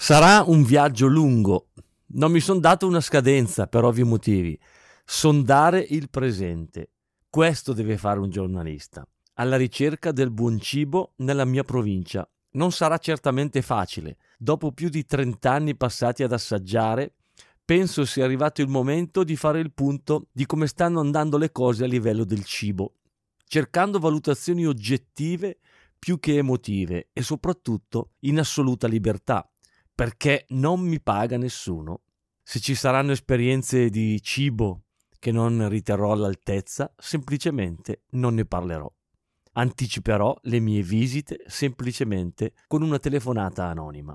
Sarà un viaggio lungo. Non mi son dato una scadenza per ovvi motivi. Sondare il presente. Questo deve fare un giornalista. Alla ricerca del buon cibo nella mia provincia. Non sarà certamente facile. Dopo più di 30 anni passati ad assaggiare, penso sia arrivato il momento di fare il punto di come stanno andando le cose a livello del cibo, cercando valutazioni oggettive più che emotive e soprattutto in assoluta libertà, perché non mi paga nessuno. Se ci saranno esperienze di cibo che non riterrò all'altezza, semplicemente non ne parlerò. Anticiperò le mie visite semplicemente con una telefonata anonima.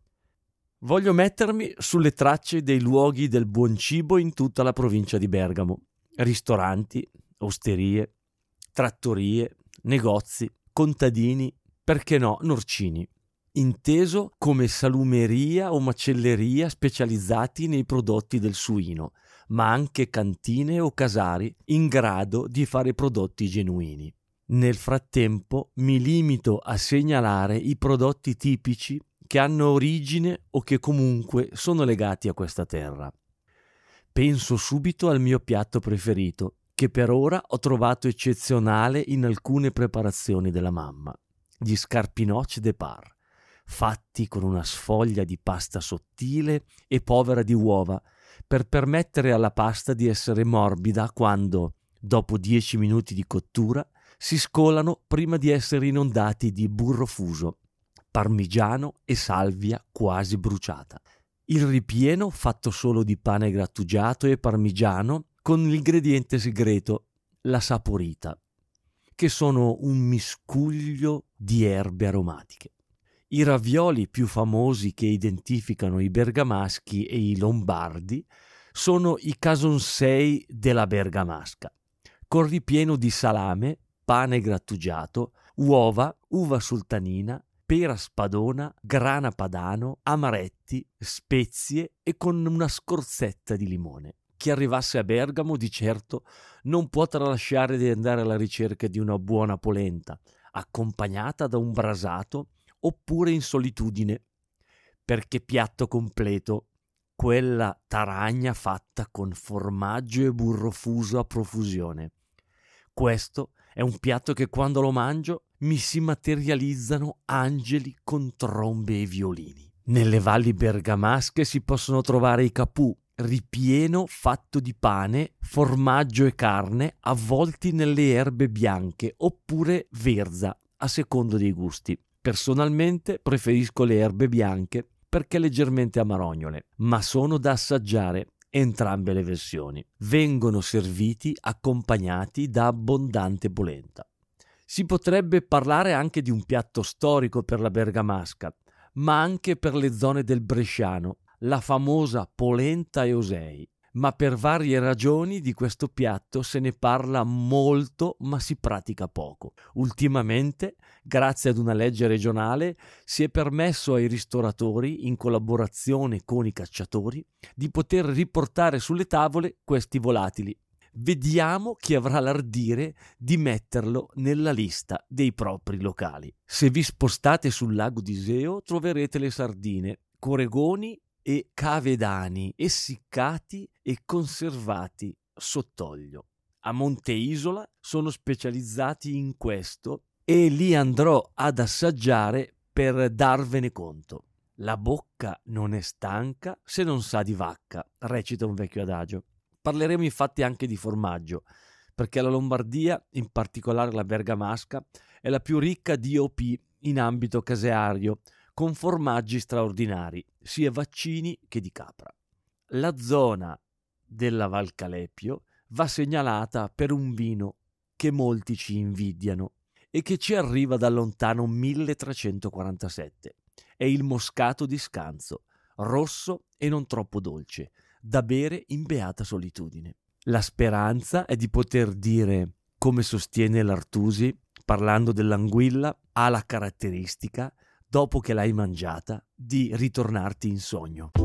Voglio mettermi sulle tracce dei luoghi del buon cibo in tutta la provincia di Bergamo. Ristoranti, osterie, trattorie, negozi, contadini, perché no, norcini. Inteso come salumeria o macelleria specializzati nei prodotti del suino, ma anche cantine o casari in grado di fare prodotti genuini. Nel frattempo mi limito a segnalare i prodotti tipici che hanno origine o che comunque sono legati a questa terra. Penso subito al mio piatto preferito, che per ora ho trovato eccezionale in alcune preparazioni della mamma, gli scarpinoci de par, fatti con una sfoglia di pasta sottile e povera di uova, per permettere alla pasta di essere morbida quando, dopo 10 minuti di cottura, si scolano prima di essere inondati di burro fuso, parmigiano e salvia quasi bruciata. Il ripieno fatto solo di pane grattugiato e parmigiano con l'ingrediente segreto, la saporita, che sono un miscuglio di erbe aromatiche. I ravioli più famosi che identificano i bergamaschi e i lombardi sono i casonsei della Bergamasca, con ripieno di salame, pane grattugiato, uova, uva sultanina, pera spadona, grana padano, amaretti, spezie e con una scorzetta di limone. Chi arrivasse a Bergamo di certo non può tralasciare di andare alla ricerca di una buona polenta, accompagnata da un brasato oppure in solitudine, perché piatto completo, quella taragna fatta con formaggio e burro fuso a profusione. Questo è un piatto che quando lo mangio mi si materializzano angeli con trombe e violini. Nelle valli bergamasche si possono trovare i capù, ripieno fatto di pane, formaggio e carne avvolti nelle erbe bianche oppure verza, a secondo dei gusti. Personalmente preferisco le erbe bianche perché leggermente amarognole, ma sono da assaggiare entrambe le versioni. Vengono serviti accompagnati da abbondante polenta. Si potrebbe parlare anche di un piatto storico per la Bergamasca, ma anche per le zone del Bresciano, la famosa polenta e osei. Ma per varie ragioni di questo piatto se ne parla molto, ma si pratica poco. Ultimamente, grazie ad una legge regionale, si è permesso ai ristoratori, in collaborazione con i cacciatori, di poter riportare sulle tavole questi volatili. Vediamo chi avrà l'ardire di metterlo nella lista dei propri locali. Se vi spostate sul lago d'Iseo troverete le sardine, coregoni e cavedani essiccati e conservati sott'olio. A Monte Isola sono specializzati in questo e li andrò ad assaggiare per darvene conto. La bocca non è stanca se non sa di vacca, recita un vecchio adagio. Parleremo infatti anche di formaggio, perché la Lombardia, in particolare la Bergamasca, è la più ricca di OP in ambito caseario, con formaggi straordinari, sia vaccini che di capra. La zona della Val Calepio va segnalata per un vino che molti ci invidiano e che ci arriva dal lontano 1347. È il Moscato di Scanzo, rosso e non troppo dolce, da bere in beata solitudine. La speranza è di poter dire, come sostiene l'Artusi, parlando dell'anguilla, ha la caratteristica dopo che l'hai mangiata, di ritornarti in sogno.